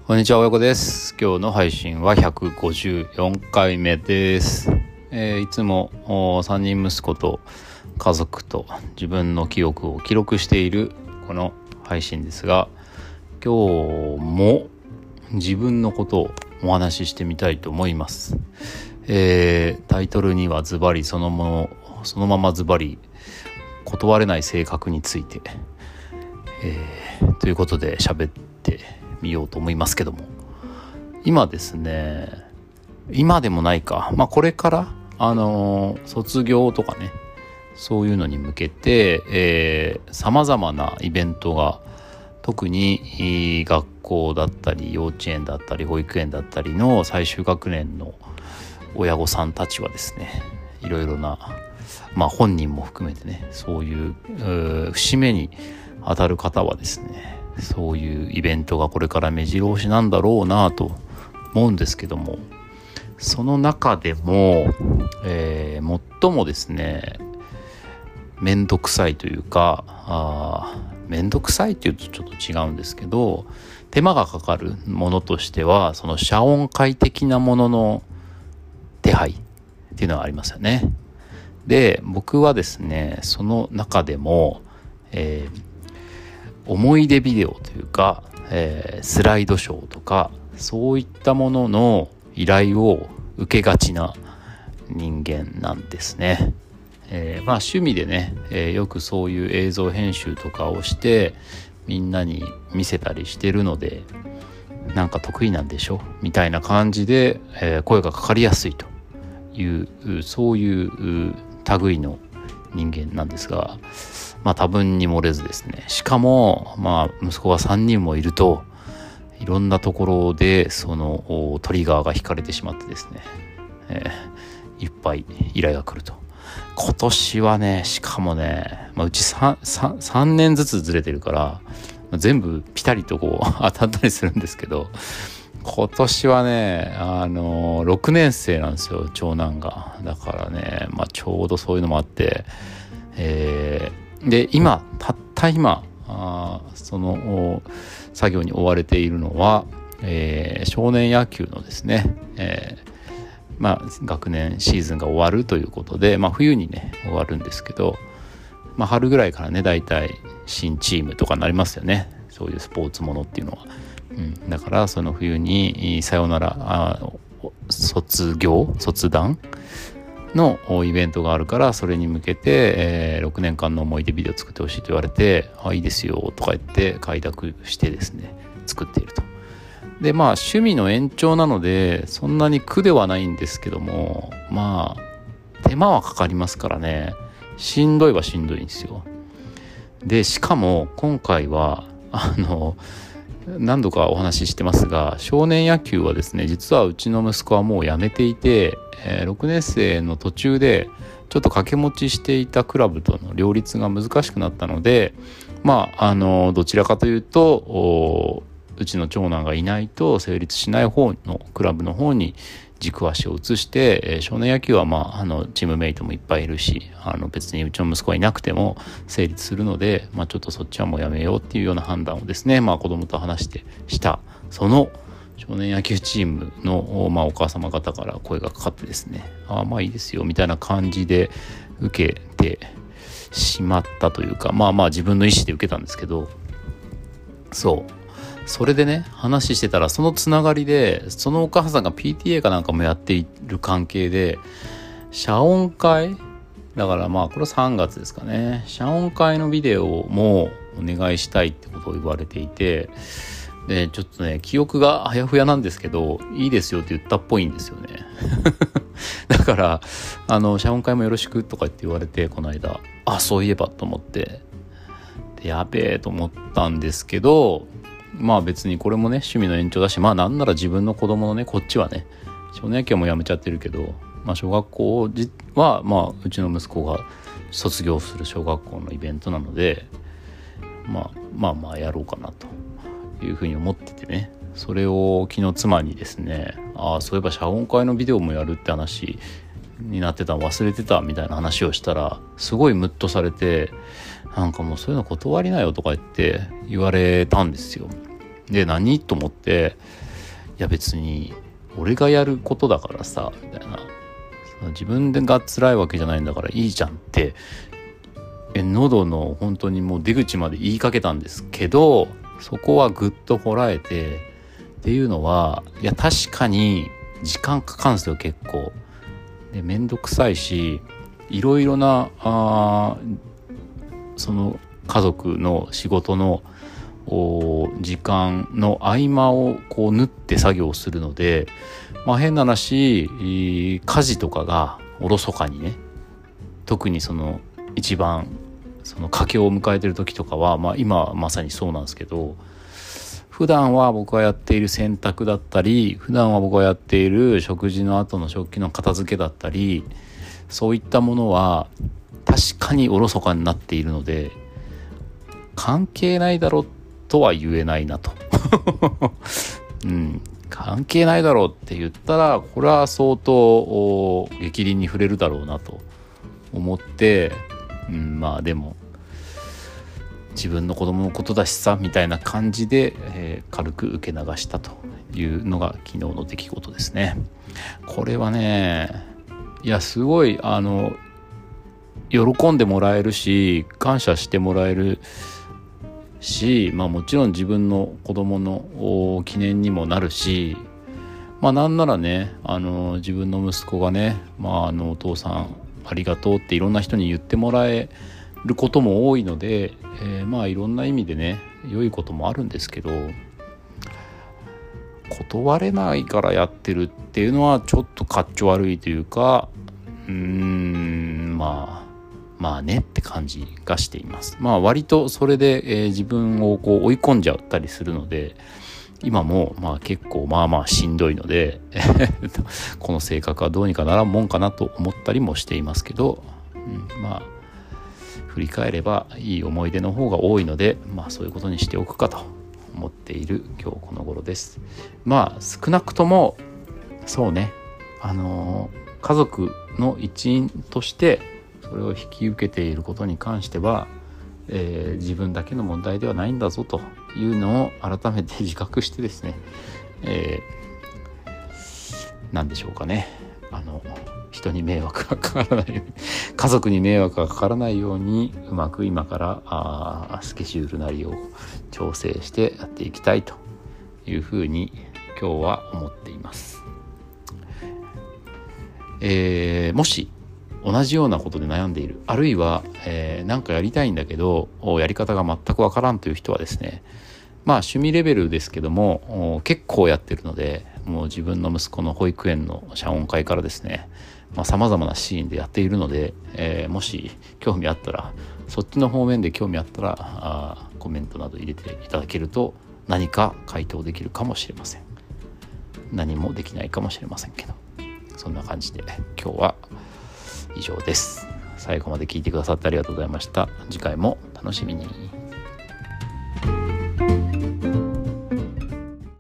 こんにちは、親子です。今日の配信は154回目です。いつも3人息子と家族と自分の記憶を記録しているこの配信ですが、今日も自分のことをお話ししてみたいと思います。タイトルにはズバリそのままズバリ断れない性格について、ということで喋ってみようと思いますけども、今ですね、今でもないか、これから卒業とかね、そういうのに向けて様々なイベントが、特に学校だったり幼稚園だったり保育園だったりの最終学年の親御さんたちはですね、いろいろな、本人も含めてね、そういう節目に当たる方はですね、そういうイベントがこれから目白押しなんだろうなと思うんですけども、その中でも、最もですね、めんどくさいというか、めんどくさいっていうとちょっと違うんですけど、手間がかかるものとしては、その謝恩会的なものの手配っていうのはありますよね。で、僕はですね、その中でも、思い出ビデオというか、スライドショーとかそういったものの依頼を受けがちな人間なんですね。趣味でね、よくそういう映像編集とかをしてみんなに見せたりしてるので、なんか得意なんでしょみたいな感じで、声がかかりやすいというそういう類の人間なんですが、多分に漏れずですね、しかも息子が3人もいると、いろんなところでそのトリガーが引かれてしまってですね、いっぱい依頼が来ると。今年はね、しかもね、うち 3年ずつずれてるから全部ピタリとこう当たったりするんですけど、今年はね、6年生なんですよ、長男が。だからね、ちょうどそういうのもあって、で今その作業に追われているのは、少年野球のですね、学年シーズンが終わるということで、冬にね終わるんですけど、春ぐらいからね、だいたい新チームとかになりますよね、そういうスポーツものっていうのは。だからその冬にさよなら卒団のイベントがあるから、それに向けて、6年間の思い出ビデオ作ってほしいと言われて、いいですよとか言って快諾してですね、作っていると。で趣味の延長なのでそんなに苦ではないんですけども、手間はかかりますからね、しんどいはしんどいんですよ。でしかも今回は何度かお話ししてますが、少年野球はですね、実はうちの息子はもう辞めていて、6年生の途中でちょっと掛け持ちしていたクラブとの両立が難しくなったので、どちらかというとうちの長男がいないと成立しない方のクラブの方に軸足を移して、少年野球はチームメイトもいっぱいいるし、別にうちの息子がいなくても成立するので、ちょっとそっちはもうやめようっていうような判断をですね、子供と話してしたその少年野球チームの、お母様方から声がかかってですね、いいですよみたいな感じで受けてしまったというか、自分の意思で受けたんですけど、それでね、話してたら、そのつながりでそのお母さんが PTA かなんかもやっている関係で、謝恩会だから、これは3月ですかね、謝恩会のビデオもお願いしたいってことを言われていて、でちょっとね、記憶があやふやなんですけど、いいですよって言ったっぽいんですよねだから謝恩会もよろしくとかって言われて、この間そういえばと思って、でやべえと思ったんですけど、別にこれもね、趣味の延長だし、なんなら自分の子供のね、こっちはね、少年野球もやめちゃってるけど、小学校はうちの息子が卒業する小学校のイベントなので、やろうかなというふうに思っててね、それを昨日妻にですね、そういえば謝恩会のビデオもやるって話になってたの忘れてたみたいな話をしたら、すごいムッとされて、なんかもうそういうの断りなよとか言われたんですよ。 で何と思って、いや別に俺がやることだからさみたいな、自分が辛いわけじゃないんだからいいじゃんって喉の本当にもう出口まで言いかけたんですけど、そこはぐっとこらえて、っていうのは、いや確かに時間かかるんですよ結構。でめんどくさいし、いろいろなその家族の仕事の時間の合間をこう縫って作業するので、変な話、家事とかがおろそかにね、特にその一番その佳境を迎えてる時とかは、今はまさにそうなんですけど、普段は僕がやっている洗濯だったり、普段は僕がやっている食事の後の食器の片付けだったり、そういったものは確かにおろそかになっているので、関係ないだろうとは言えないなと、関係ないだろうって言ったら、これは相当逆鱗に触れるだろうなと思って、でも自分の子供のことだしさみたいな感じで、軽く受け流したというのが昨日の出来事ですね。これはね、いやすごい喜んでもらえるし、感謝してもらえるし、もちろん自分の子供の記念にもなるし、なんならね、自分の息子がね、お父さんありがとうっていろんな人に言ってもらえることも多いので、いろんな意味でね良いこともあるんですけど、断れないからやってるっていうのはちょっとかっちょ悪いというか、ねって感じがしています。割とそれで、自分をこう追い込んじゃったりするので、今も結構しんどいのでこの性格はどうにかならんもんかなと思ったりもしていますけど、振り返ればいい思い出の方が多いので、そういうことにしておくかと思っている今日この頃です。少なくともそうね、家族の一員としてそれを引き受けていることに関しては、自分だけの問題ではないんだぞというのを改めて自覚してですね、何でしょうかね、人に迷惑がかからないように、家族に迷惑がかからないようにうまく今からスケジュールなりを調整してやっていきたいというふうに今日は思っています。もし同じようなことで悩んでいる、あるいは、なんかやりたいんだけどやり方が全くわからんという人はですね、趣味レベルですけども結構やってるので、もう自分の息子の保育園の謝恩会からですね、様々なシーンでやっているので、もし興味あったら、そっちの方面で興味あったらコメントなど入れていただけると何か回答できるかもしれません。何もできないかもしれませんけど、そんな感じで今日は以上です。最後まで聞いてくださってありがとうございました。次回も楽しみに。